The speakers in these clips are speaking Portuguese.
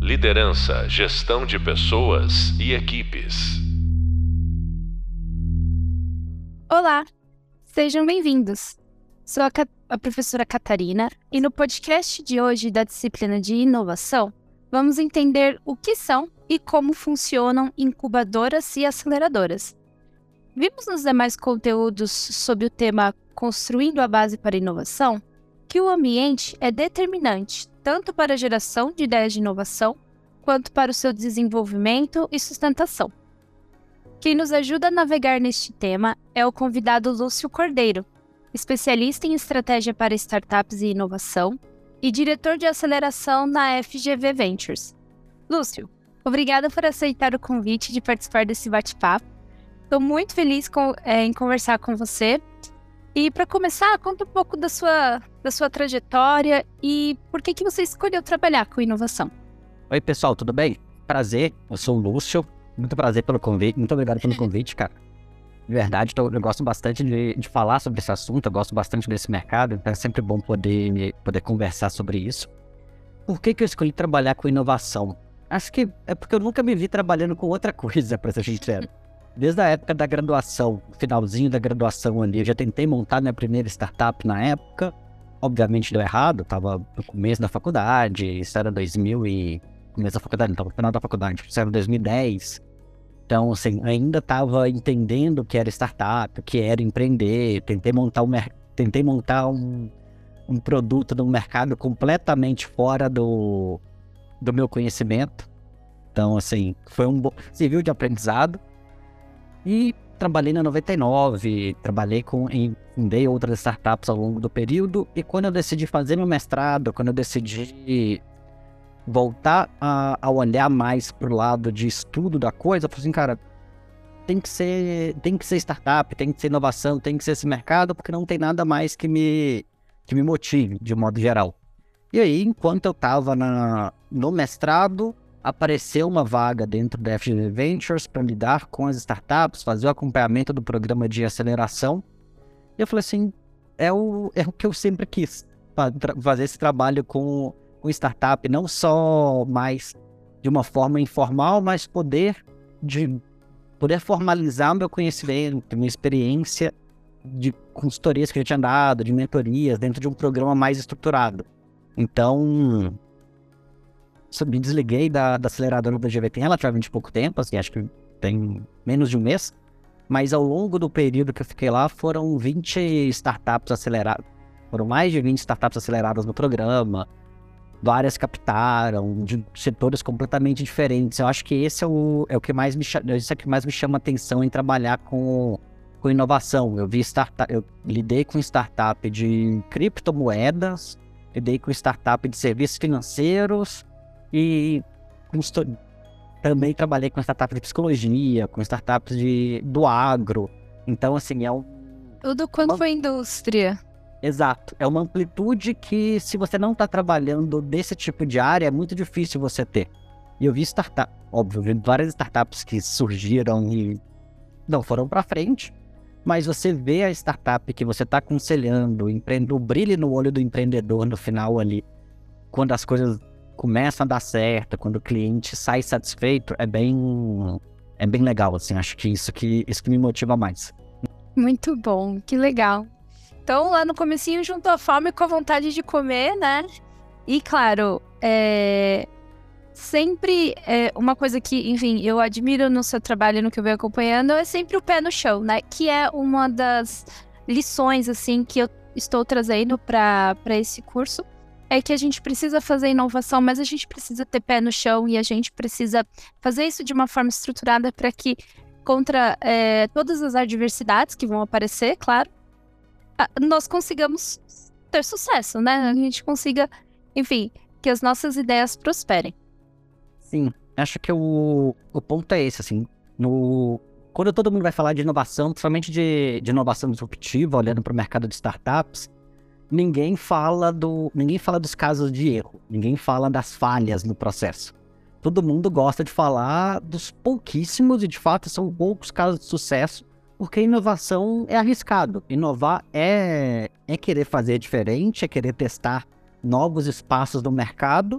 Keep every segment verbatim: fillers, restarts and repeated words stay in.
Liderança, gestão de pessoas e equipes. Olá, sejam bem-vindos. Sou a, Ca- a professora Catarina e no podcast de hoje da disciplina de inovação, vamos entender o que são e como funcionam incubadoras e aceleradoras. Vimos nos demais conteúdos sobre o tema Construindo a Base para a Inovação que o ambiente é determinante tanto para a geração de ideias de inovação quanto para o seu desenvolvimento e sustentação. Quem nos ajuda a navegar neste tema é o convidado Lúcio Cordeiro, especialista em estratégia para startups e inovação e diretor de aceleração na F G V Ventures. Lúcio, obrigada por aceitar o convite de participar desse bate-papo. Estou muito feliz com, é, em conversar com você. E para começar, conta um pouco da sua, da sua trajetória e por que, que você escolheu trabalhar com inovação. Oi, pessoal, tudo bem? Prazer, eu sou o Lúcio. Muito prazer pelo convite, muito obrigado pelo convite, cara. De verdade, tô, eu gosto bastante de, de falar sobre esse assunto, eu gosto bastante desse mercado, então é sempre bom poder, poder conversar sobre isso. Por que que eu escolhi trabalhar com inovação? Acho que é porque eu nunca me vi trabalhando com outra coisa, pra ser sincero. Desde a época da graduação, finalzinho da graduação ali, eu já tentei montar minha primeira startup na época. Obviamente deu errado, tava no começo da faculdade, isso era dois mil e... Começo da faculdade, então no final da faculdade, isso era dois mil e dez. Então, assim, ainda tava entendendo o que era startup, o que era empreender. Tentei montar um, mer... tentei montar um, um produto no mercado completamente fora do, do meu conhecimento. Então, assim, foi um bom... serviu de aprendizado. E trabalhei na noventa e nove, trabalhei com, em, fundei outras startups ao longo do período, e quando eu decidi fazer meu mestrado, quando eu decidi voltar a, a olhar mais pro lado de estudo da coisa, eu falei assim, cara, tem que ser, tem que ser startup, tem que ser inovação, tem que ser esse mercado, porque não tem nada mais que me, que me motive, de modo geral. E aí, enquanto eu tava na, no mestrado, apareceu uma vaga dentro da F G V Ventures para lidar com as startups, fazer o acompanhamento do programa de aceleração. E eu falei assim, é o, é o que eu sempre quis, fazer esse trabalho com, com startup, não só mais de uma forma informal, mas poder, de, poder formalizar o meu conhecimento, minha experiência de consultorias que eu tinha dado, de mentorias, dentro de um programa mais estruturado. Então, me desliguei da, da aceleradora da G V tem relativamente pouco tempo, assim, acho que tem menos de um mês, mas ao longo do período que eu fiquei lá foram vinte startups aceleradas, foram mais de vinte startups aceleradas no programa, várias captaram, de setores completamente diferentes. Eu acho que esse é o, é o que mais me chama, esse é o que mais me chama atenção em trabalhar com, com inovação. Eu vi startup, eu lidei com startup de criptomoedas, lidei com startup de serviços financeiros, e também trabalhei com startups de psicologia, com startups de, do agro. Então, assim, é um... Tudo quanto uma... foi indústria. Exato. É uma amplitude que, se você não está trabalhando desse tipo de área, é muito difícil você ter. E eu vi startup, óbvio, eu vi várias startups que surgiram e não foram para frente, mas você vê a startup que você está aconselhando, o brilho no olho do empreendedor no final ali, quando as coisas começa a dar certo, quando o cliente sai satisfeito, é bem, é bem legal, assim, acho que isso que, isso que me motiva mais. Muito bom, que legal. Então, lá no comecinho, juntou a fome com a vontade de comer, né? E, claro, é... sempre é uma coisa que, enfim, eu admiro no seu trabalho, no que eu venho acompanhando, é sempre o pé no chão, né? Que é uma das lições, assim, que eu estou trazendo para para esse curso. É que a gente precisa fazer inovação, mas a gente precisa ter pé no chão e a gente precisa fazer isso de uma forma estruturada para que, contra é, todas as adversidades que vão aparecer, claro, a, nós consigamos ter sucesso, né? A gente consiga, enfim, que as nossas ideias prosperem. Sim, acho que o, o ponto é esse, assim, no... Quando todo mundo vai falar de inovação, principalmente de, de inovação disruptiva, olhando para o mercado de startups, Ninguém fala, do, ninguém fala dos casos de erro, ninguém fala das falhas no processo. Todo mundo gosta de falar dos pouquíssimos, e de fato são poucos casos de sucesso, porque inovação é arriscado. Inovar é, é querer fazer diferente, é querer testar novos espaços do mercado,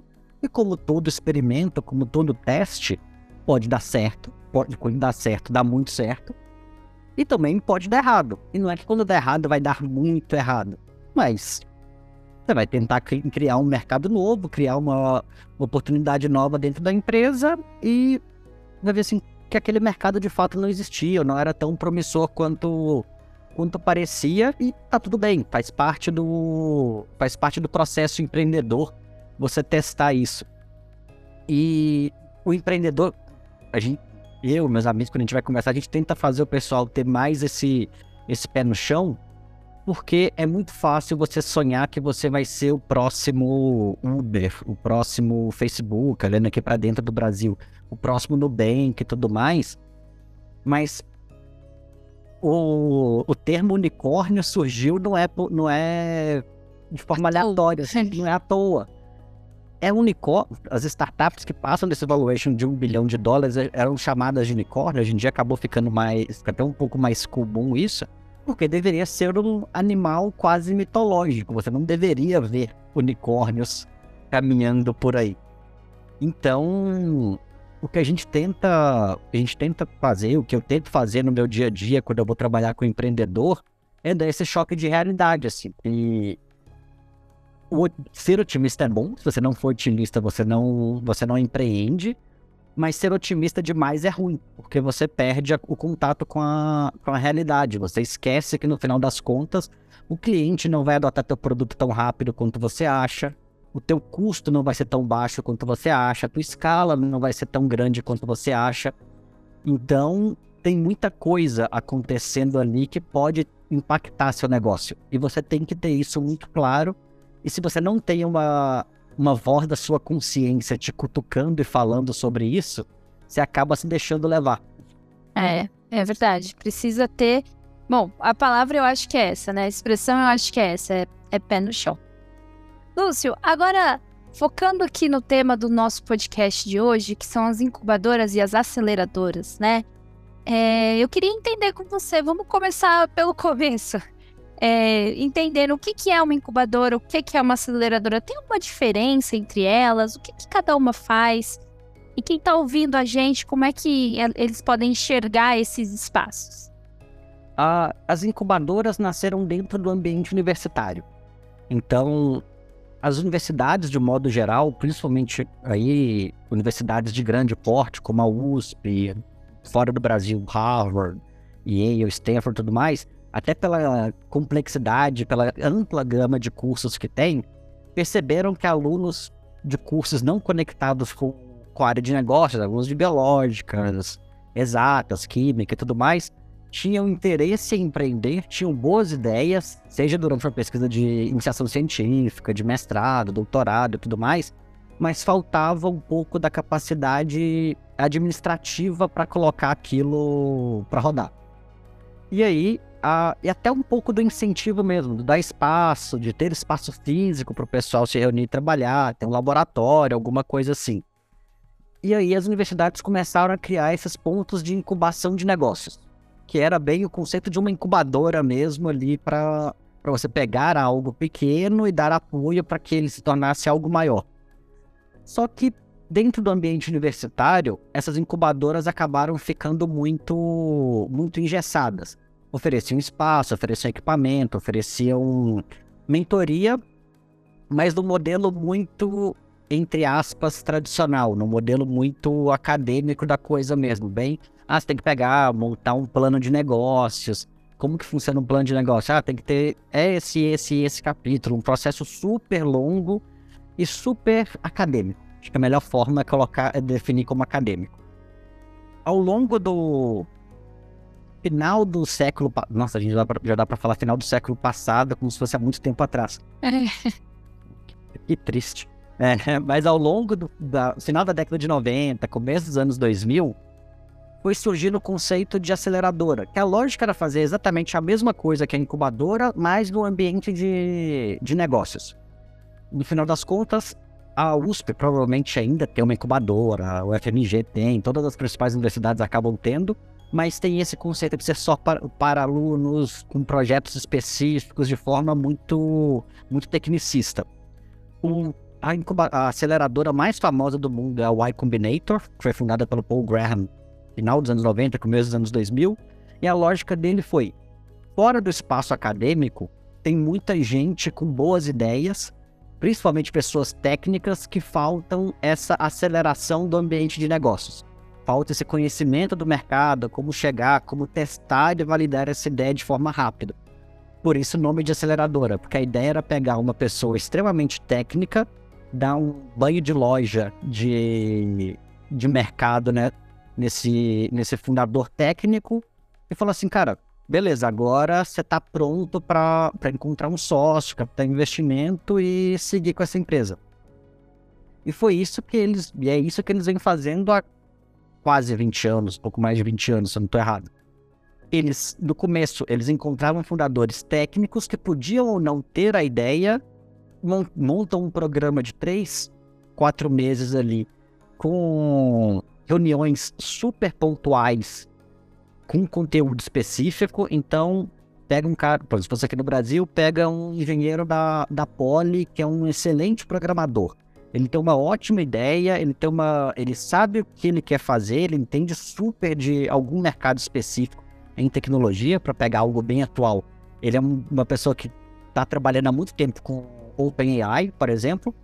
E como todo experimento, como todo teste, pode dar certo, pode, quando dá certo, dá muito certo, e também pode dar errado. E não é que quando der errado vai dar muito errado, mas você vai tentar cri- criar um mercado novo, criar uma, uma oportunidade nova dentro da empresa e vai ver assim que aquele mercado de fato não existia, ou não era tão promissor quanto, quanto parecia, e tá tudo bem, faz parte do, faz parte do processo empreendedor você testar isso. E o empreendedor, a gente, eu, meus amigos, quando a gente vai conversar, a gente tenta fazer o pessoal ter mais esse, esse pé no chão, porque é muito fácil você sonhar que você vai ser o próximo Uber, o próximo Facebook, olhando aqui para dentro do Brasil, o próximo Nubank e tudo mais, mas o, o termo unicórnio surgiu não é, po- não é de forma aleatória, não é à toa. É unicórnio, as startups que passam desse valuation de um bilhão de dólares eram chamadas de unicórnio, hoje em dia acabou ficando mais, até um pouco mais comum isso, porque deveria ser um animal quase mitológico, você não deveria ver unicórnios caminhando por aí. Então, o que a gente tenta, a gente tenta fazer, o que eu tento fazer no meu dia a dia quando eu vou trabalhar com empreendedor, é dar esse choque de realidade, assim, e o ser otimista é bom, se você não for otimista, você não, você não empreende, mas ser otimista demais é ruim, porque você perde a, o contato com a, com a realidade, você esquece que no final das contas, o cliente não vai adotar teu produto tão rápido quanto você acha, o teu custo não vai ser tão baixo quanto você acha, a tua escala não vai ser tão grande quanto você acha, então tem muita coisa acontecendo ali que pode impactar seu negócio, e você tem que ter isso muito claro. E se você não tem uma, uma voz da sua consciência te cutucando e falando sobre isso, você acaba se deixando levar. É, é verdade. Precisa ter... Bom, a palavra eu acho que é essa, né? A expressão eu acho que é essa, é, é pé no chão. Lúcio, agora, focando aqui no tema do nosso podcast de hoje, que são as incubadoras e as aceleradoras, né? É, eu queria entender com você, vamos começar pelo começo. É, entendendo o que, que é uma incubadora, o que, que é uma aceleradora. Tem uma diferença entre elas? O que, que cada uma faz? E quem está ouvindo a gente, como é que eles podem enxergar esses espaços? Ah, as incubadoras nasceram dentro do ambiente universitário. Então, as universidades, de modo geral, principalmente aí, universidades de grande porte, como a U S P, fora do Brasil, Harvard, Yale, Stanford e tudo mais, até pela complexidade, pela ampla gama de cursos que tem, perceberam que alunos de cursos não conectados com, com a área de negócios, alunos de biológicas, exatas, química e tudo mais, tinham interesse em empreender, tinham boas ideias, seja durante uma pesquisa de iniciação científica, de mestrado, doutorado e tudo mais, mas faltava um pouco da capacidade administrativa para colocar aquilo para rodar. E aí, a, e até um pouco do incentivo mesmo, de dar espaço, de ter espaço físico para o pessoal se reunir e trabalhar, ter um laboratório, alguma coisa assim. E aí as universidades começaram a criar esses pontos de incubação de negócios, que era bem o conceito de uma incubadora mesmo ali para para você pegar algo pequeno e dar apoio para que ele se tornasse algo maior. Só que dentro do ambiente universitário, essas incubadoras acabaram ficando muito, muito engessadas. Ofereciam espaço, ofereciam equipamento, ofereciam mentoria, mas no modelo muito, entre aspas, tradicional, no modelo muito acadêmico da coisa mesmo. Bem, ah, você tem que pegar, montar um plano de negócios. Como que funciona um plano de negócio? Ah, tem que ter esse, esse e esse capítulo, um processo super longo e super acadêmico. Acho que a melhor forma é, colocar, é definir como acadêmico. Ao longo do final do século... Nossa, a gente já dá, pra, já dá pra falar final do século passado, como se fosse há muito tempo atrás. É. Que triste. É, mas ao longo do da, final da década de noventa, começo dos anos dois mil, foi surgindo o conceito de aceleradora, que a lógica era fazer exatamente a mesma coisa que a incubadora, mas no ambiente de, de negócios. No final das contas, a U S P provavelmente ainda tem uma incubadora, o F M G tem, todas as principais universidades acabam tendo, mas tem esse conceito de ser só para, para alunos com projetos específicos de forma muito, muito tecnicista. O a, incuba- a aceleradora mais famosa do mundo é a Y Combinator, que foi fundada pelo Paul Graham no final dos anos noventa, começo dos anos dois mil. E a lógica dele foi, fora do espaço acadêmico, tem muita gente com boas ideias, principalmente pessoas técnicas, que faltam essa aceleração do ambiente de negócios. Falta esse conhecimento do mercado, como chegar, como testar e validar essa ideia de forma rápida. Por isso o nome de aceleradora, porque a ideia era pegar uma pessoa extremamente técnica, dar um banho de loja de, de mercado, né, nesse, nesse fundador técnico, e falar assim, cara, beleza, agora você está pronto para encontrar um sócio, captar investimento e seguir com essa empresa. E foi isso que eles, e é isso que eles vêm fazendo há quase vinte anos, pouco mais de vinte anos, se eu não estou errado. Eles, no começo, eles encontravam fundadores técnicos que podiam ou não ter a ideia, montam um programa de três, quatro meses ali, com reuniões super pontuais, com conteúdo específico. Então, pega um cara, por exemplo, se você aqui no Brasil, pega um engenheiro da, da Poli, que é um excelente programador. Ele tem uma ótima ideia, ele, tem uma, ele sabe o que ele quer fazer, ele entende super de algum mercado específico em tecnologia, para pegar algo bem atual. Ele é um, uma pessoa que está trabalhando há muito tempo com OpenAI, por exemplo,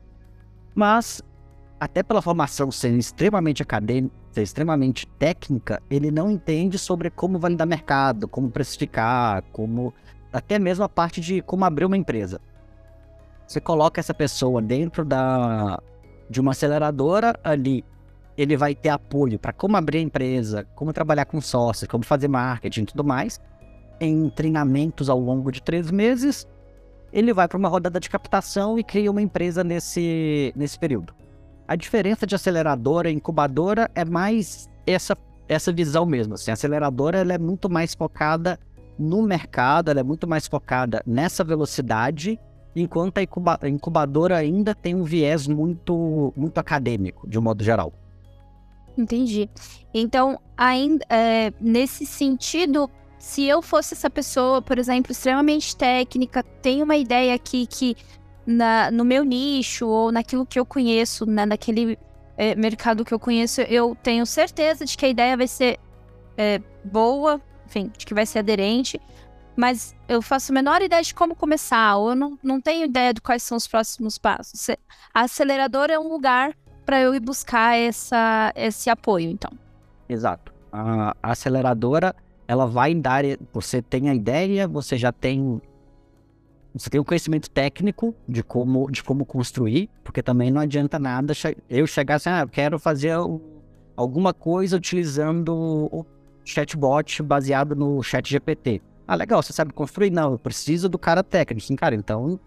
mas até pela formação ser extremamente acadêmica, ser extremamente técnica, ele não entende sobre como validar mercado, como precificar, como até mesmo a parte de como abrir uma empresa. Você coloca essa pessoa dentro da, de uma aceleradora ali, ele vai ter apoio para como abrir a empresa, como trabalhar com sócios, como fazer marketing e tudo mais. Em treinamentos ao longo de três meses, ele vai para uma rodada de captação e cria uma empresa nesse, nesse período. A diferença de aceleradora e incubadora é mais essa, essa visão mesmo. Assim, a aceleradora ela é muito mais focada no mercado, ela é muito mais focada nessa velocidade, enquanto a, incuba, a incubadora ainda tem um viés muito, muito acadêmico, de um modo geral. Entendi. Então, ainda é, nesse sentido, se eu fosse essa pessoa, por exemplo, extremamente técnica, tem uma ideia aqui que na, no meu nicho ou naquilo que eu conheço, né, naquele é, mercado que eu conheço, eu tenho certeza de que a ideia vai ser é, boa, enfim, de que vai ser aderente, mas eu faço a menor ideia de como começar, ou eu não, não tenho ideia de quais são os próximos passos. A aceleradora é um lugar para eu ir buscar essa, esse apoio, então. Exato. A aceleradora, ela vai dar... Você tem a ideia, você já tem... Você tem o conhecimento técnico de como, de como construir, porque também não adianta nada eu chegar assim, ah, eu quero fazer alguma coisa utilizando o chatbot baseado no ChatGPT. Ah, legal, você sabe construir? Não, eu preciso do cara técnico. Sim, cara, então...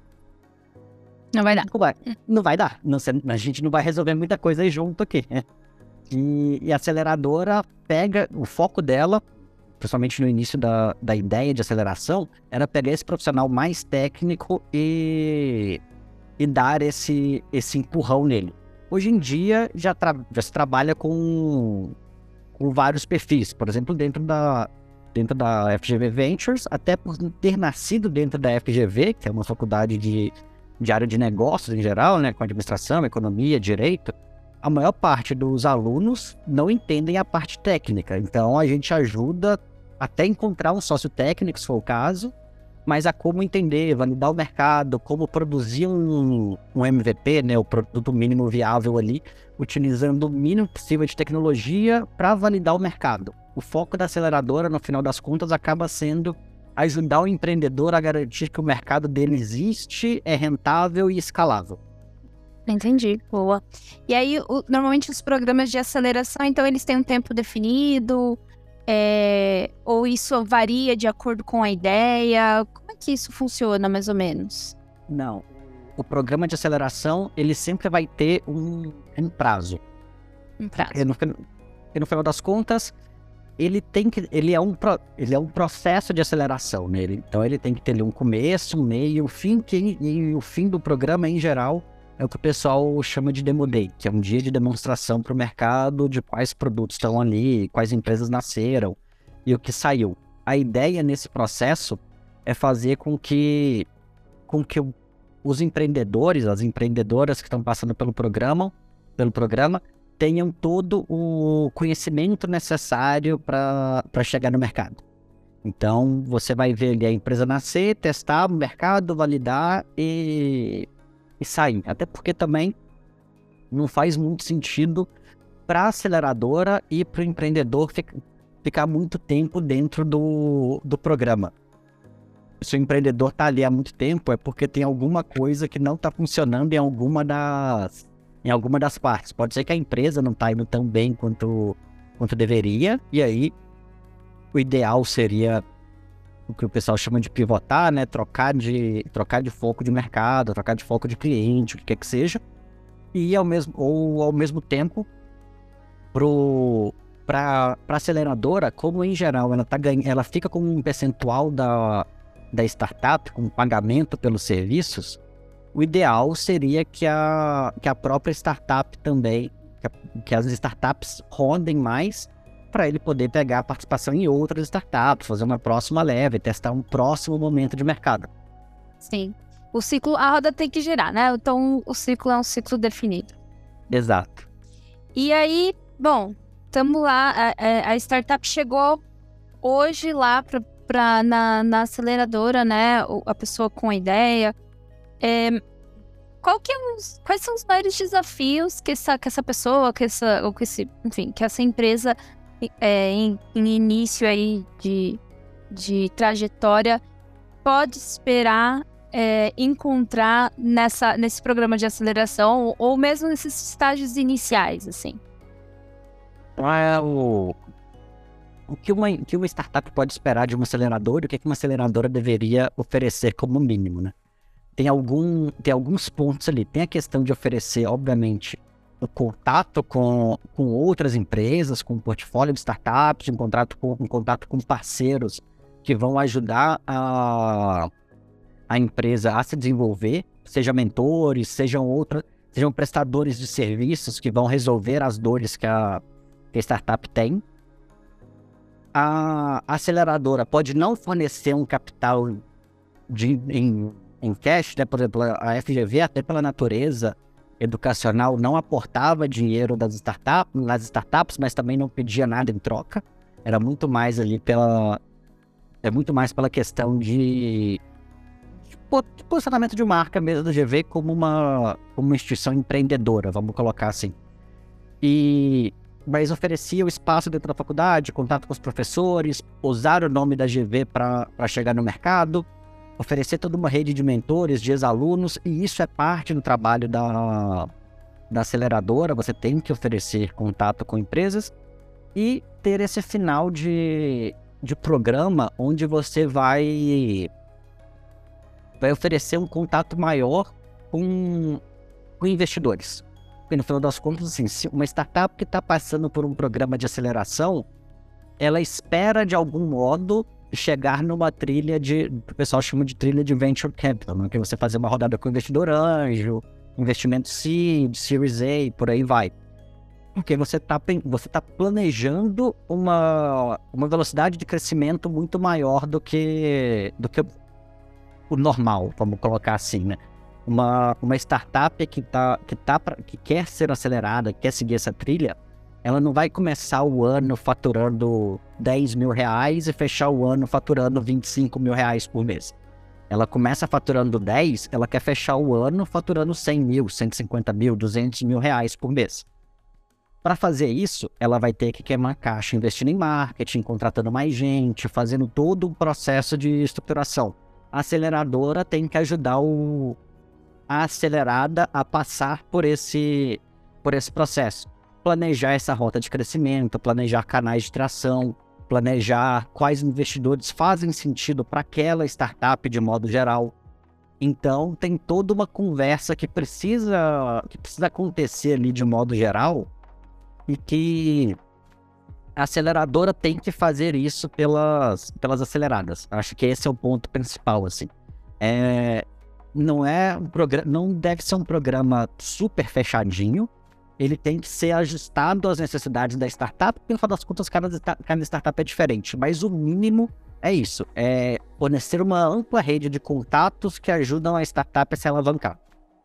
Não vai dar. Não vai, não vai dar. Não, a gente não vai resolver muita coisa aí junto aqui, né? E, e a aceleradora pega o foco dela, principalmente no início da, da ideia de aceleração, era pegar esse profissional mais técnico e, e dar esse, esse empurrão nele. Hoje em dia, já, tra, já se trabalha com, com vários perfis. Por exemplo, dentro da, dentro da F G V Ventures, até por ter nascido dentro da F G V, que é uma faculdade de... de área de negócios em geral, né, com administração, economia, direito, a maior parte dos alunos não entendem a parte técnica. Então, a gente ajuda até encontrar um sócio técnico, se for o caso, mas a como entender, validar o mercado, como produzir um, um M V P, né, o produto mínimo viável ali, utilizando o mínimo possível de tecnologia para validar o mercado. O foco da aceleradora, no final das contas, acaba sendo ajudar o empreendedor a garantir que o mercado dele existe, é rentável e escalável. Entendi, boa. E aí, o, normalmente os programas de aceleração, então eles têm um tempo definido, é, ou isso varia de acordo com a ideia? Como é que isso funciona, mais ou menos? Não, o programa de aceleração, ele sempre vai ter um, um prazo. Um prazo. E no, e no final das contas, ele tem que, ele é um, ele é um processo de aceleração nele. Então ele tem que ter um começo, um meio, um fim, que, e o fim do programa em geral é o que o pessoal chama de Demo Day, que é um dia de demonstração para o mercado de quais produtos estão ali, quais empresas nasceram e o que saiu. A ideia nesse processo é fazer com que, com que o, os empreendedores, as empreendedoras que estão passando pelo programa, pelo programa, tenham todo o conhecimento necessário para chegar no mercado. Então, você vai ver ali a empresa nascer, testar o mercado, validar e, e sair. Até porque também não faz muito sentido para a aceleradora e para o empreendedor ficar, ficar muito tempo dentro do, do programa. Se o empreendedor está ali há muito tempo, é porque tem alguma coisa que não está funcionando em alguma das, em alguma das partes. Pode ser que a empresa não está indo tão bem quanto, quanto deveria, e aí o ideal seria o que o pessoal chama de pivotar, né? Trocar de, trocar de foco de mercado, trocar de foco de cliente, o que quer que seja. E ao mesmo, ou ao mesmo tempo, para a aceleradora, como em geral ela, tá ganha, ela fica com um percentual da, da startup, com pagamento pelos serviços, o ideal seria que a, que a própria startup também, que, a, que as startups rodem mais, para ele poder pegar a participação em outras startups, fazer uma próxima leve, testar um próximo momento de mercado. Sim. O ciclo, a roda tem que girar, né? Então, o ciclo é um ciclo definido. Exato. E aí, bom, estamos lá, a, a startup chegou hoje lá pra, pra, na, na aceleradora, né? A pessoa com a ideia. É, qual que é os, quais são os maiores desafios que essa, que essa pessoa, que essa, ou que esse, enfim, que essa empresa É, em, em início aí de, de trajetória, pode esperar é, encontrar nessa, nesse programa de aceleração ou mesmo nesses estágios iniciais, assim? É o, o que uma, que uma startup pode esperar de uma aceleradora e o que uma aceleradora deveria oferecer como mínimo, né? Tem, algum, tem alguns pontos ali. Tem a questão de oferecer, obviamente, o contato com, com outras empresas, com um portfólio de startups, um contato com, um contato com parceiros que vão ajudar a, a empresa a se desenvolver, sejam mentores, sejam, outra, sejam prestadores de serviços que vão resolver as dores que a, que a startup tem. A aceleradora pode não fornecer um capital de, em, em cash, né? Por exemplo, a F G V, até pela natureza educacional, não aportava dinheiro das startups, nas startups, mas também não pedia nada em troca. Era muito mais ali pela... É muito mais pela questão de... de posicionamento de marca mesmo do G V como uma, como uma instituição empreendedora, vamos colocar assim. E... Mas oferecia o espaço dentro da faculdade, contato com os professores, usar o nome da G V para chegar no mercado, oferecer toda uma rede de mentores, de ex-alunos, e isso é parte do trabalho da, da aceleradora. Você tem que oferecer contato com empresas e ter esse final de, de programa onde você vai, vai oferecer um contato maior com, com investidores. Porque no final das contas, assim, se uma startup que está passando por um programa de aceleração, ela espera de algum modo chegar numa trilha de, o pessoal chama de trilha de venture capital, né? Que é você fazer uma rodada com investidor anjo, investimento seed, series A, por aí vai. Porque você está você tá planejando uma, uma velocidade de crescimento muito maior do que, do que o normal, vamos colocar assim, né? Uma, uma startup que, tá, que, tá pra, que quer ser acelerada, quer seguir essa trilha, ela não vai começar o ano faturando dez mil reais e fechar o ano faturando vinte e cinco mil reais por mês. Ela começa faturando dez, ela quer fechar o ano faturando cem mil, cento e cinquenta mil, duzentos mil reais por mês. Para fazer isso, ela vai ter que queimar caixa investindo em marketing, contratando mais gente, fazendo todo o processo de estruturação. A aceleradora tem que ajudar o, a acelerada a passar por esse, por esse processo. Planejar essa rota de crescimento, planejar canais de tração, planejar quais investidores fazem sentido para aquela startup de modo geral. Então, tem toda uma conversa que precisa, que precisa acontecer ali de modo geral e que a aceleradora tem que fazer isso pelas, pelas aceleradas. Acho que esse é o ponto principal, assim. É, não, é um programa, não deve ser um programa super fechadinho. Ele tem que ser ajustado às necessidades da startup, porque no final das contas cada, cada startup é diferente, mas o mínimo é isso. É fornecer uma ampla rede de contatos que ajudam a startup a se alavancar.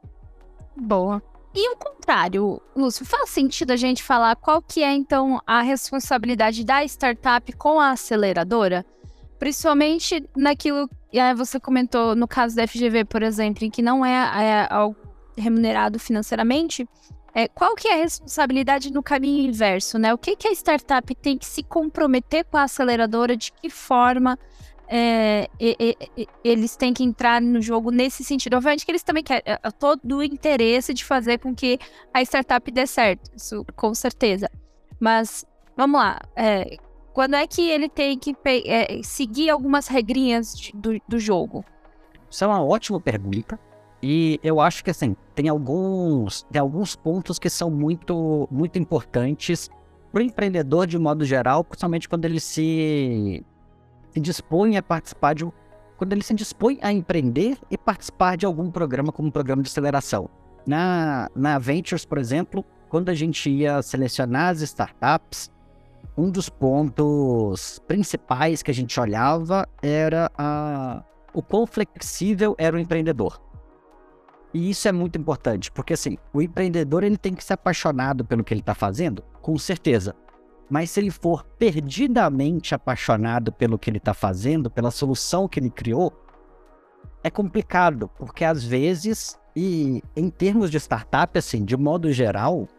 Boa. E o contrário, Lúcio, faz sentido a gente falar qual que é, então, a responsabilidade da startup com a aceleradora? Principalmente naquilo que é, você comentou no caso da F G V, por exemplo, em que não é, é algo remunerado financeiramente. É, qual que é a responsabilidade no caminho inverso, né? O que, que a startup tem que se comprometer com a aceleradora, de que forma é, e, e, e, eles têm que entrar no jogo nesse sentido? Obviamente que eles também querem é, todo o interesse de fazer com que a startup dê certo, isso com certeza. Mas, vamos lá, é, quando é que ele tem que é, seguir algumas regrinhas de, do, do jogo? Isso é uma ótima pergunta. E eu acho que, assim, tem alguns, tem alguns pontos que são muito, muito importantes para o empreendedor de modo geral, principalmente quando ele se, se dispõe a participar de um, quando ele se dispõe a empreender e participar de algum programa como um programa de aceleração. Na, na Ventures, por exemplo, quando a gente ia selecionar as startups, um dos pontos principais que a gente olhava era a, o quão flexível era o empreendedor. E isso é muito importante, porque assim, o empreendedor ele tem que ser apaixonado pelo que ele está fazendo, com certeza. Mas se ele for perdidamente apaixonado pelo que ele está fazendo, pela solução que ele criou, é complicado, porque às vezes, e em termos de startup, assim, de modo geral,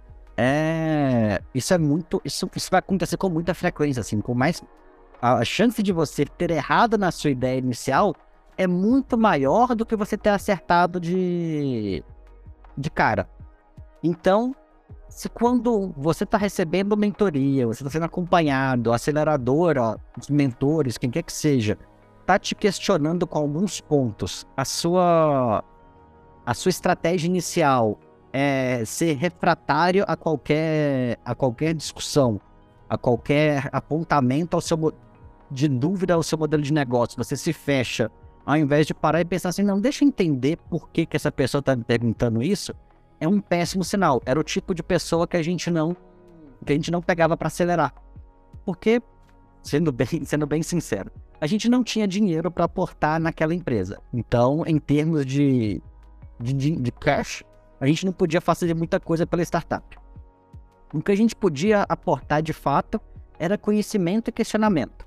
é, isso é muito, isso, isso vai acontecer com muita frequência, assim, com mais, a chance de você ter errado na sua ideia inicial é muito maior do que você ter acertado de, de cara. Então, se quando você está recebendo mentoria, você está sendo acompanhado, a aceleradora, os mentores, quem quer que seja, está te questionando com alguns pontos, a sua, a sua estratégia inicial é ser refratário a qualquer, a qualquer discussão, a qualquer apontamento ao seu, de dúvida ao seu modelo de negócio, você se fecha, ao invés de parar e pensar assim, não, deixa eu entender por que, que essa pessoa está me perguntando isso, é um péssimo sinal. Era o tipo de pessoa que a gente não, que a gente não pegava para acelerar. Porque, sendo bem, sendo bem sincero, a gente não tinha dinheiro para aportar naquela empresa. Então, em termos de, de, de cash, a gente não podia fazer muita coisa pela startup. O que a gente podia aportar de fato era conhecimento e questionamento.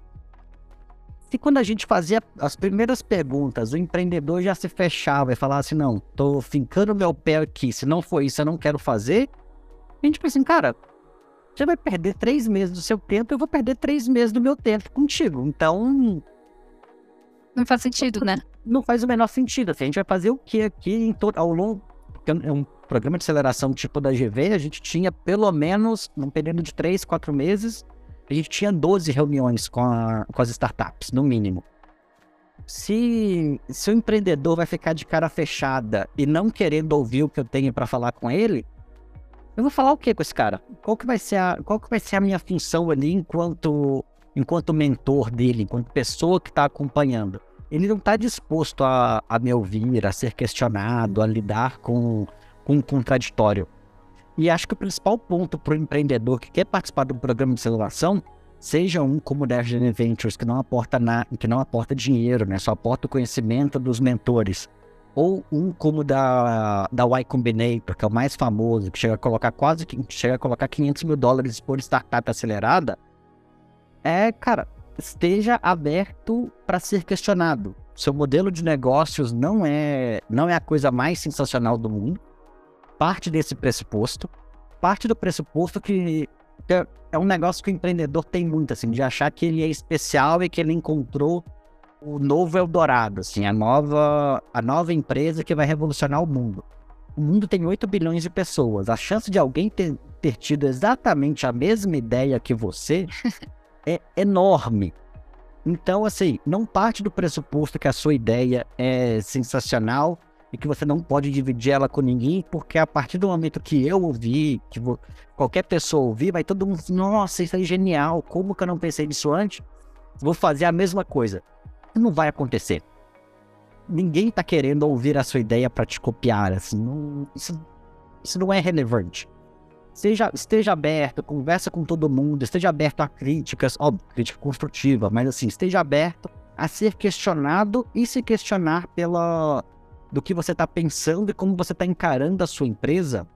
E quando a gente fazia as primeiras perguntas, o empreendedor já se fechava e falava assim, não, tô fincando meu pé aqui, se não for isso eu não quero fazer. A gente pensa assim, cara, você vai perder três meses do seu tempo, eu vou perder três meses do meu tempo contigo. Então... Não faz sentido, né? Não faz o menor sentido. Assim, a gente vai fazer o que aqui em todo, ao longo... Porque é um programa de aceleração tipo da G V, a gente tinha pelo menos, num período de três, quatro meses... A gente tinha doze reuniões com, a, com as startups, no mínimo. Se, se o empreendedor vai ficar de cara fechada e não querendo ouvir o que eu tenho para falar com ele, eu vou falar o que com esse cara? Qual que vai ser a, qual que vai ser a minha função ali enquanto, enquanto mentor dele, enquanto pessoa que está acompanhando? Ele não está disposto a, a me ouvir, a ser questionado, a lidar com, com um contraditório. E acho que o principal ponto para o empreendedor que quer participar do programa de aceleração, seja um como o da F G V Ventures, que não aporta, na, que não aporta dinheiro, né, só aporta o conhecimento dos mentores, ou um como da, da Y Combinator, que é o mais famoso, que chega a colocar quase chega a colocar quinhentos mil dólares por startup acelerada, é, cara, esteja aberto para ser questionado. Seu modelo de negócios não é, não é a coisa mais sensacional do mundo. Parte desse pressuposto, parte do pressuposto que é um negócio que o empreendedor tem muito, assim, de achar que ele é especial e que ele encontrou o novo Eldorado, assim, a nova, a nova empresa que vai revolucionar o mundo. O mundo tem oito bilhões de pessoas, a chance de alguém ter, ter tido exatamente a mesma ideia que você é enorme. Então, assim, não parte do pressuposto que a sua ideia é sensacional e que você não pode dividir ela com ninguém, porque a partir do momento que eu ouvi, que vou, qualquer pessoa ouvir, vai todo mundo, nossa, isso é genial, como que eu não pensei nisso antes? Vou fazer a mesma coisa. Não vai acontecer. Ninguém tá querendo ouvir a sua ideia para te copiar, assim, não, isso, isso não é relevante. Seja, esteja aberto, conversa com todo mundo, esteja aberto a críticas, óbvio, crítica construtiva, mas assim, esteja aberto a ser questionado e se questionar pela, do que você está pensando e como você está encarando a sua empresa,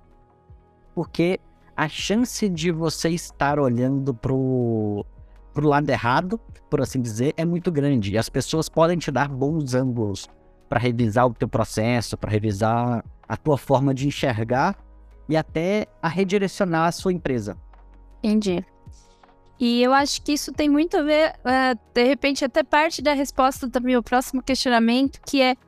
porque a chance de você estar olhando pro, pro lado errado, por assim dizer, é muito grande. E as pessoas podem te dar bons ângulos para revisar o teu processo, para revisar a tua forma de enxergar e até a redirecionar a sua empresa. Entendi. E eu acho que isso tem muito a ver, uh, de repente, até parte da resposta do meu próximo questionamento, que é,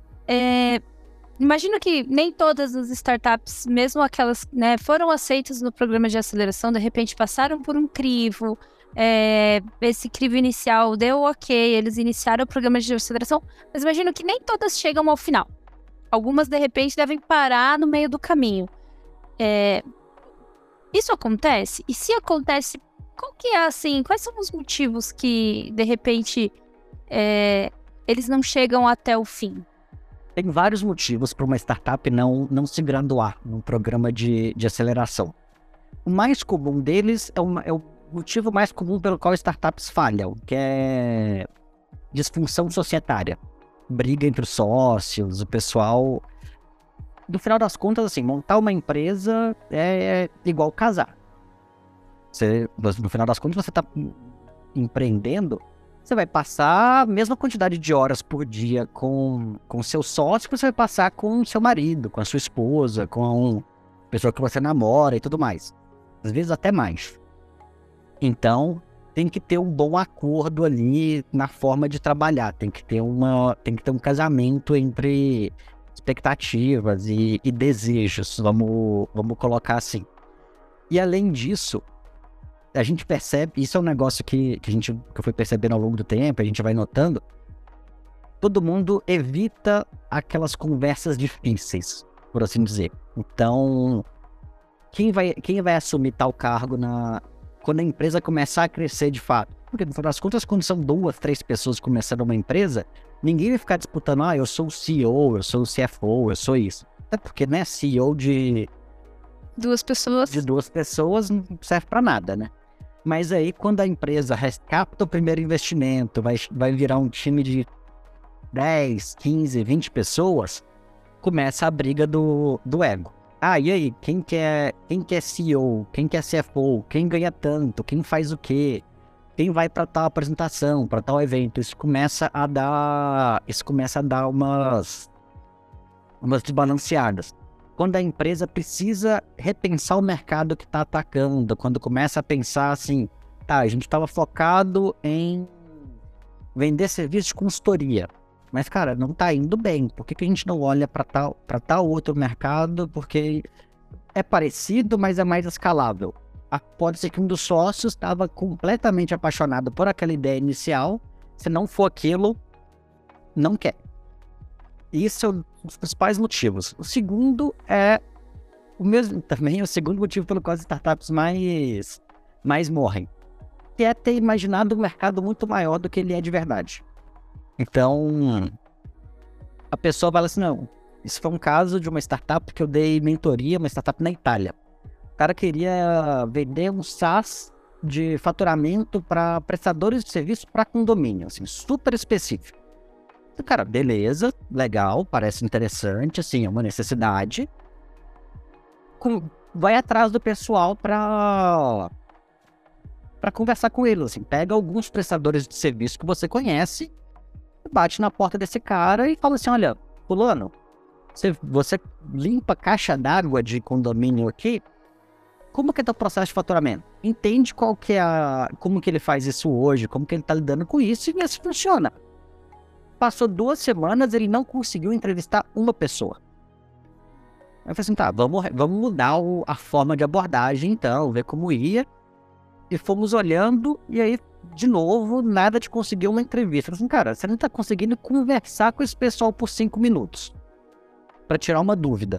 é imagino que nem todas as startups, mesmo aquelas, né, foram aceitas no programa de aceleração, de repente passaram por um crivo, é, esse crivo inicial deu ok, eles iniciaram o programa de aceleração, mas imagino que nem todas chegam ao final. Algumas, de repente, devem parar no meio do caminho. É, isso acontece? E se acontece, qual que é, assim, quais são os motivos que, de repente, é, eles não chegam até o fim? Tem vários motivos para uma startup não, não se graduar num programa de, de aceleração. O mais comum deles é, uma, é o motivo mais comum pelo qual startups falham, que é disfunção societária. Briga entre os sócios, o pessoal... No final das contas, assim, montar uma empresa é igual casar. Você, no final das contas, você está empreendendo, você vai passar a mesma quantidade de horas por dia com com seu sócio que você vai passar com seu marido, com a sua esposa, com a pessoa que você namora e tudo mais. Às vezes até mais. Então, tem que ter um bom acordo ali na forma de trabalhar. Tem que ter, uma, tem que ter um casamento entre expectativas e, e desejos, vamos, vamos colocar assim. E além disso, a gente percebe, isso é um negócio que, que, a gente, que eu fui percebendo ao longo do tempo, a gente vai notando, todo mundo evita aquelas conversas difíceis, por assim dizer. Então, quem vai, quem vai assumir tal cargo na, quando a empresa começar a crescer de fato? Porque, no final das contas, quando são duas, três pessoas começando uma empresa, ninguém vai ficar disputando, ah, eu sou o C E O, eu sou o C F O, eu sou isso. Até porque, né, C E O de... Duas pessoas. De duas pessoas não serve pra nada, né? Mas aí, quando a empresa capta o primeiro investimento, vai, vai virar um time de dez, quinze, vinte pessoas, começa a briga do, do ego. Ah, e aí, quem que é, quem que é C E O, quem que é C F O, quem ganha tanto, quem faz o quê? Quem vai para tal apresentação, para tal evento? Isso começa a dar, isso começa a dar umas, umas desbalanceadas. Quando a empresa precisa repensar o mercado que está atacando, quando começa a pensar assim, tá, a gente estava focado em vender serviço de consultoria, mas, cara, não está indo bem. Por que, que a gente não olha para tal, para tal outro mercado? Porque é parecido, mas é mais escalável. Pode ser que um dos sócios estava completamente apaixonado por aquela ideia inicial. Se não for aquilo, não quer. Isso é um dos principais motivos. O segundo é o mesmo, também é o segundo motivo pelo qual as startups mais, mais morrem. Que é ter imaginado um mercado muito maior do que ele é de verdade. Então, a pessoa fala assim, não, isso foi um caso de uma startup que eu dei mentoria, uma startup na Itália. O cara queria vender um SaaS de faturamento para prestadores de serviço para condomínio, assim, super específico. Então, cara, beleza, legal, parece interessante, assim, é uma necessidade. Com, vai atrás do pessoal para para conversar com eles, assim, pega alguns prestadores de serviço que você conhece, bate na porta desse cara e fala assim, olha, fulano, você, você limpa caixa d'água de condomínio aqui? Como que é o processo de faturamento? Entende qual que é a, como que ele faz isso hoje, como que ele está lidando com isso e vê se funciona. Passou duas semanas, ele não conseguiu entrevistar uma pessoa. Aí eu falei assim, tá, vamos, vamos mudar o, a forma de abordagem então, ver como ia. E fomos olhando, e aí, de novo, nada de conseguir uma entrevista. Eu falei assim, cara, você não está conseguindo conversar com esse pessoal por cinco minutos para tirar uma dúvida.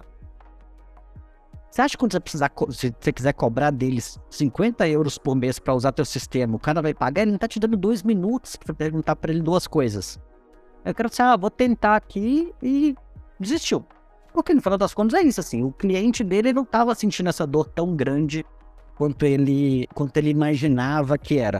Você acha que quando você, precisar, se você quiser cobrar deles cinquenta euros por mês para usar teu sistema, o cara vai pagar? Ele não tá te dando dois minutos para perguntar para ele duas coisas. Eu quero dizer, ah, vou tentar aqui e desistiu. Porque no final das contas é isso, assim, o cliente dele não estava sentindo essa dor tão grande quanto ele, quanto ele imaginava que era.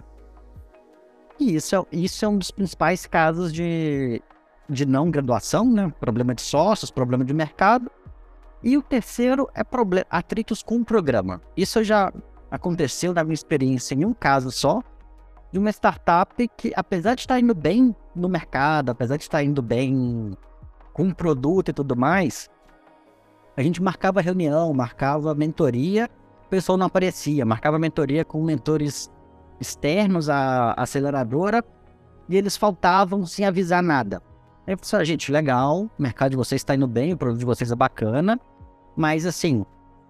E isso é, isso é um dos principais casos de, de não graduação, né? Problema de sócios, problema de mercado. E o terceiro é problema, atritos com o programa. Isso já aconteceu na minha experiência em um caso só, de uma startup que, apesar de estar indo bem no mercado, apesar de estar indo bem com o produto e tudo mais, a gente marcava reunião, marcava mentoria, o pessoal não aparecia, marcava mentoria com mentores externos à aceleradora e eles faltavam sem avisar nada. Aí eu falei, gente, legal, o mercado de vocês está indo bem, o produto de vocês é bacana, mas assim,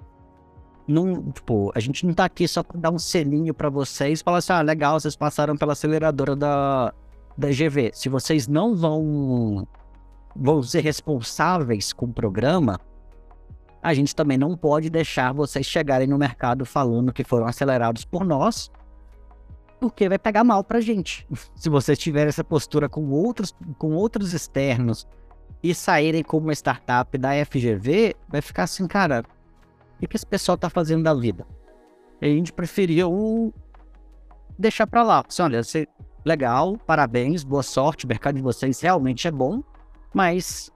não, tipo, a gente não tá aqui só para dar um selinho para vocês e falar assim, ah, legal, vocês passaram pela aceleradora da, da G V. Se vocês não vão, vão ser responsáveis com o programa, a gente também não pode deixar vocês chegarem no mercado falando que foram acelerados por nós, porque vai pegar mal pra gente. Se vocês tiverem essa postura com outros, com outros externos e saírem como uma startup da F G V, vai ficar assim, cara, o que, que esse pessoal tá fazendo da vida? E a gente preferiu deixar pra lá. Assim, olha, você, legal, parabéns, boa sorte, o mercado de vocês realmente é bom, mas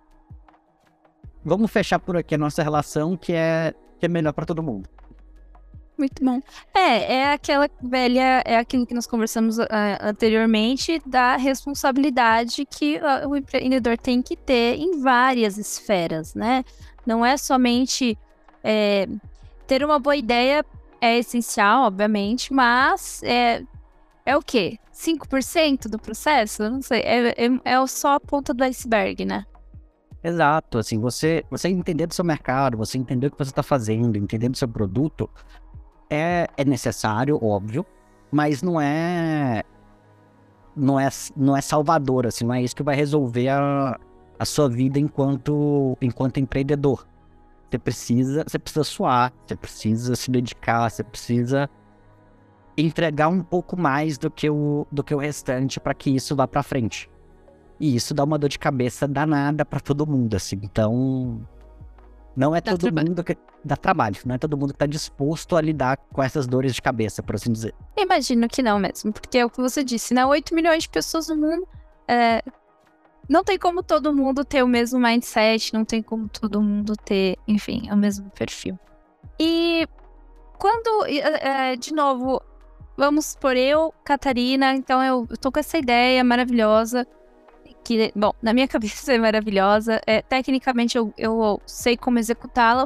vamos fechar por aqui a nossa relação, que é, que é melhor pra todo mundo. Muito bom. É, é aquela velha, é aquilo que nós conversamos uh, anteriormente, da responsabilidade que uh, o empreendedor tem que ter em várias esferas, né? Não é somente é, ter uma boa ideia é essencial, obviamente, mas é, é o quê? cinco por cento do processo? Eu não sei, é, é, é só a ponta do iceberg, né? Exato, assim, você, você entender do seu mercado, você entender o que você está fazendo, entender do seu produto, é, é necessário, óbvio, mas não é, não é, não é salvador, assim, não é isso que vai resolver a, a sua vida enquanto, enquanto empreendedor. Você precisa, você precisa suar, você precisa se dedicar, você precisa entregar um pouco mais do que o, do que o restante para que isso vá para frente. E isso dá uma dor de cabeça danada para todo mundo, assim. Então, não é Dá todo trabalho. mundo que dá trabalho, não é todo mundo que está disposto a lidar com essas dores de cabeça, por assim dizer. Imagino que não mesmo, porque é o que você disse, né? oito milhões de pessoas no mundo, é, não tem como todo mundo ter o mesmo mindset, não tem como todo mundo ter, enfim, o mesmo perfil. E quando, é, de novo, vamos por eu, Catarina, então eu, eu tô com essa ideia maravilhosa, que, bom, na minha cabeça é maravilhosa, é, tecnicamente eu, eu sei como executá-la.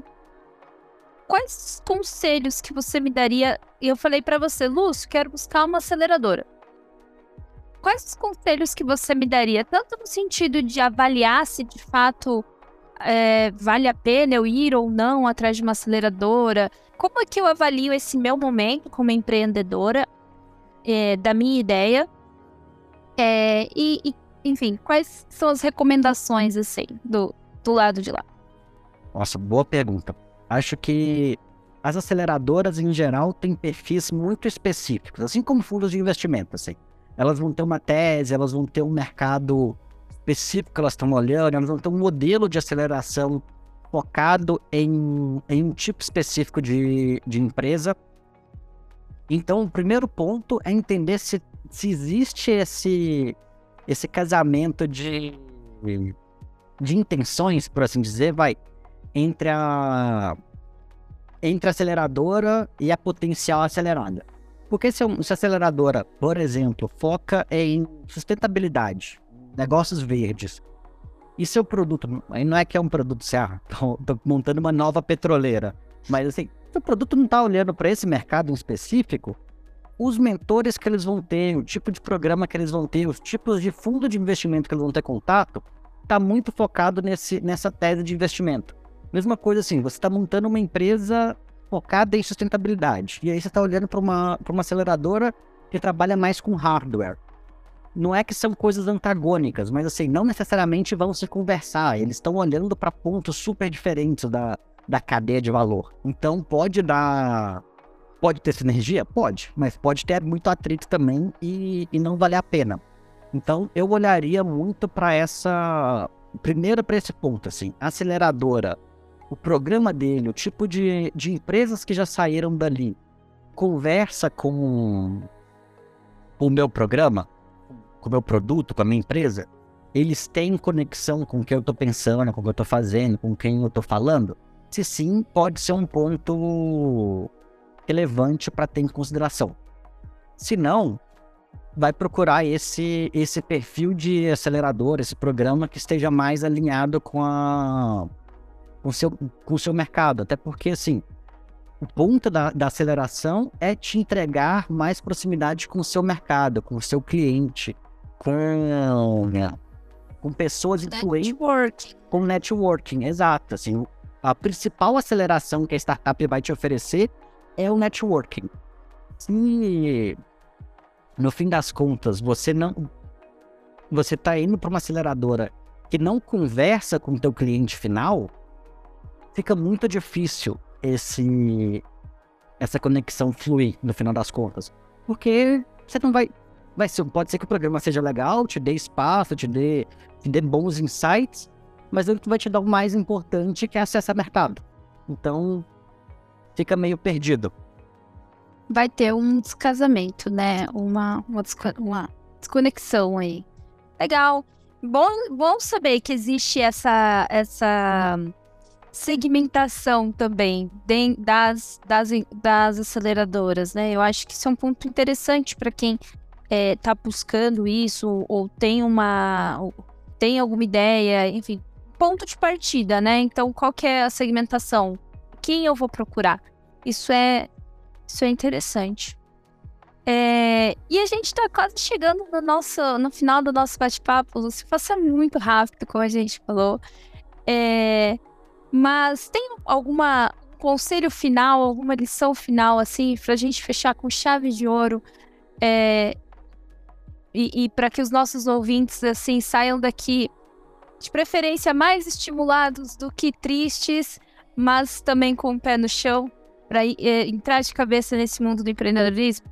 Quais conselhos que você me daria? E eu falei pra você, Lúcio, quero buscar uma aceleradora. Quais os conselhos que você me daria? Tanto no sentido de avaliar se de fato é, vale a pena eu ir ou não atrás de uma aceleradora. Como é que eu avalio esse meu momento como empreendedora, é, da minha ideia? É, e, e, enfim, quais são as recomendações, assim, do, do lado de lá? Nossa, boa pergunta. Acho que as aceleradoras, em geral, têm perfis muito específicos, assim como fundos de investimento, assim. Elas vão ter uma tese, elas vão ter um mercado específico que elas estão olhando, elas vão ter um modelo de aceleração focado em, em um tipo específico de, de empresa. Então, o primeiro ponto é entender se, se existe esse, esse casamento de, de intenções, por assim dizer, vai, entre a, entre a aceleradora e a potencial acelerada. Porque se, se a aceleradora, por exemplo, foca em sustentabilidade, negócios verdes, e seu produto, aí não é que é um produto, sei lá, tô, tô montando uma nova petroleira, mas assim, se o produto não está olhando para esse mercado em específico, os mentores que eles vão ter, o tipo de programa que eles vão ter, os tipos de fundo de investimento que eles vão ter contato, está muito focado nesse, nessa tese de investimento. Mesma coisa assim, você está montando uma empresa focada em sustentabilidade, e aí você está olhando para uma, para uma aceleradora que trabalha mais com hardware. Não é que são coisas antagônicas, mas assim, não necessariamente vão se conversar, eles estão olhando para pontos super diferentes da, da cadeia de valor. Então pode dar... Pode ter sinergia? Pode, mas pode ter muito atrito também e, e não valer a pena. Então eu olharia muito para essa... Primeiro para esse ponto, assim, a aceleradora o programa dele, o tipo de, de empresas que já saíram dali, conversa com, com o meu programa, com o meu produto, com a minha empresa, eles têm conexão com o que eu estou pensando, com o que eu estou fazendo, com quem eu estou falando? Se sim, pode ser um ponto relevante para ter em consideração. Se não, vai procurar esse, esse perfil de acelerador, esse programa que esteja mais alinhado com, a, com, seu, com o seu mercado. Até porque, assim, o ponto da, da aceleração é te entregar mais proximidade com o seu mercado, com o seu cliente, com, com pessoas influentes. Networking. Com networking, exato. Assim, a principal aceleração que a startup vai te oferecer é o networking. Se no fim das contas você não, você está indo para uma aceleradora que não conversa com o teu cliente final, fica muito difícil esse, essa conexão fluir no final das contas. Porque você não vai, vai ser, pode ser que o programa seja legal, te dê espaço, te dê, te dê bons insights, mas ele vai te dar o mais importante, que é acesso a mercado. Então, fica meio perdido. Vai ter um descasamento, né? Uma, uma, desco- uma desconexão aí. Legal. Bom, bom saber que existe essa, essa segmentação também de- das, das, das aceleradoras, né? Eu acho que isso é um ponto interessante para quem está buscando isso ou tem uma ou tem alguma ideia, enfim, ponto de partida, né? Então, qual que é a segmentação? Quem eu vou procurar? Isso é Isso é interessante. É, e a gente está quase chegando no, nosso, no final do nosso bate-papo. Lúcio, passa muito rápido, como a gente falou. É, mas tem alguma um conselho final, alguma lição final, assim, para a gente fechar com chave de ouro? É, e e para que os nossos ouvintes, assim, saiam daqui, de preferência, mais estimulados do que tristes, mas também com o pé no chão, para é, entrar de cabeça nesse mundo do empreendedorismo?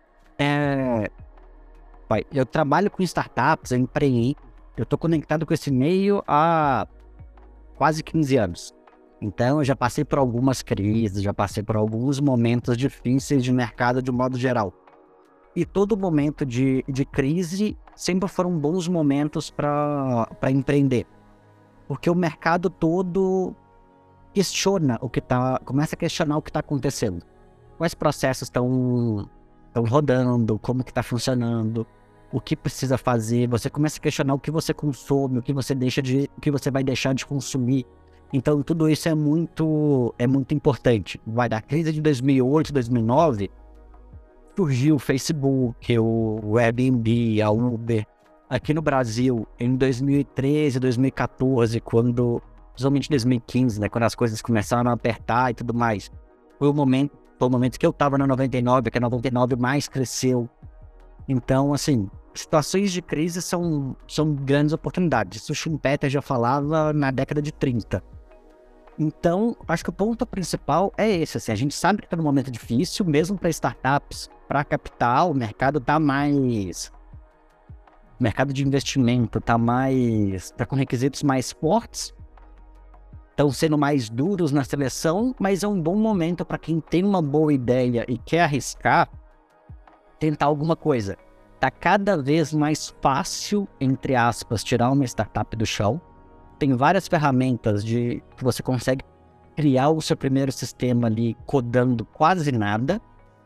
É, pai, eu trabalho com startups, eu empreendo, eu estou conectado com esse meio há quase quinze anos. Então, eu já passei por algumas crises, já passei por alguns momentos difíceis de mercado de um modo geral. E todo momento de, de crise sempre foram bons momentos para empreender. Porque o mercado todo questiona o que tá, começa a questionar o que está acontecendo. Quais processos estão estão rodando, como que está funcionando, o que precisa fazer. Você começa a questionar o que você consome, o que você deixa de, o que você vai deixar de consumir. Então tudo isso é muito é muito importante. Vai da crise de dois mil e oito, dois mil e nove, surgiu o Facebook, o Airbnb, a Uber. Aqui no Brasil, em dois mil e treze, dois mil e quatorze, quando, principalmente em dois mil e quinze, né, quando as coisas começaram a apertar e tudo mais, foi o momento, foi o momento que eu tava na noventa e nove, que a noventa e nove mais cresceu. Então, assim, situações de crise são, são grandes oportunidades. Isso o Schumpeter já falava na década de trinta. Então, acho que o ponto principal é esse, assim, a gente sabe que está num momento difícil, mesmo para startups, para capital, o mercado está mais... O mercado de investimento está mais... está com requisitos mais fortes, estão sendo mais duros na seleção, mas é um bom momento para quem tem uma boa ideia e quer arriscar, tentar alguma coisa. Está cada vez mais fácil, entre aspas, tirar uma startup do chão. Tem várias ferramentas de que você consegue criar o seu primeiro sistema ali codando quase nada,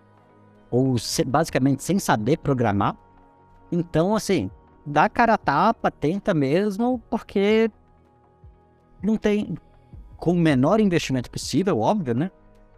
ou se, basicamente sem saber programar. Então, assim, dá cara a tapa, tenta mesmo, porque não tem, com o menor investimento possível, óbvio, né?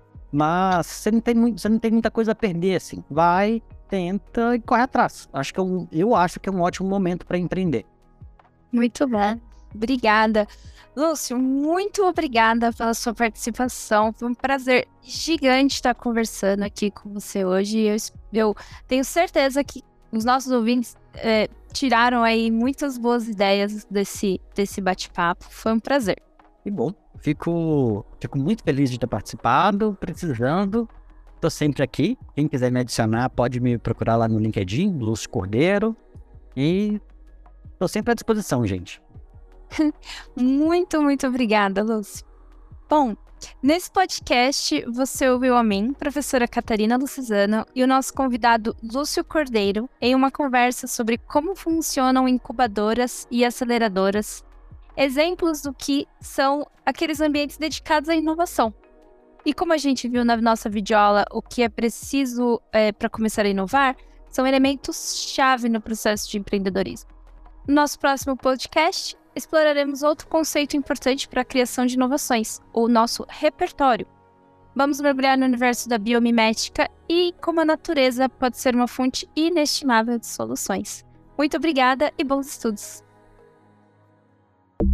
Mas você não tem, muito, você não tem muita coisa a perder, assim. Vai, tenta e corre atrás. Acho que é um, eu acho que é um ótimo momento para empreender. Muito bom. Obrigada. Lúcio, muito obrigada pela sua participação. Foi um prazer gigante estar conversando aqui com você hoje. Eu, eu tenho certeza que os nossos ouvintes é, tiraram aí muitas boas ideias desse, desse bate-papo. Foi um prazer. Que bom. Fico, fico muito feliz de ter participado, precisando. Estou sempre aqui. Quem quiser me adicionar, pode me procurar lá no LinkedIn, Lúcio Cordeiro. E estou sempre à disposição, gente. Muito, muito obrigada, Lúcio. Bom, nesse podcast você ouviu a mim, professora Catarina Lucizano, e o nosso convidado Lúcio Cordeiro em uma conversa sobre como funcionam incubadoras e aceleradoras, exemplos do que são aqueles ambientes dedicados à inovação. E como a gente viu na nossa videoaula, o que é preciso é, para começar a inovar são elementos-chave no processo de empreendedorismo. No nosso próximo podcast, exploraremos outro conceito importante para a criação de inovações, o nosso repertório. Vamos mergulhar no universo da biomimética e como a natureza pode ser uma fonte inestimável de soluções. Muito obrigada e bons estudos!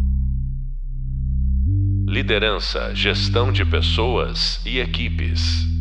Liderança, gestão de pessoas e equipes.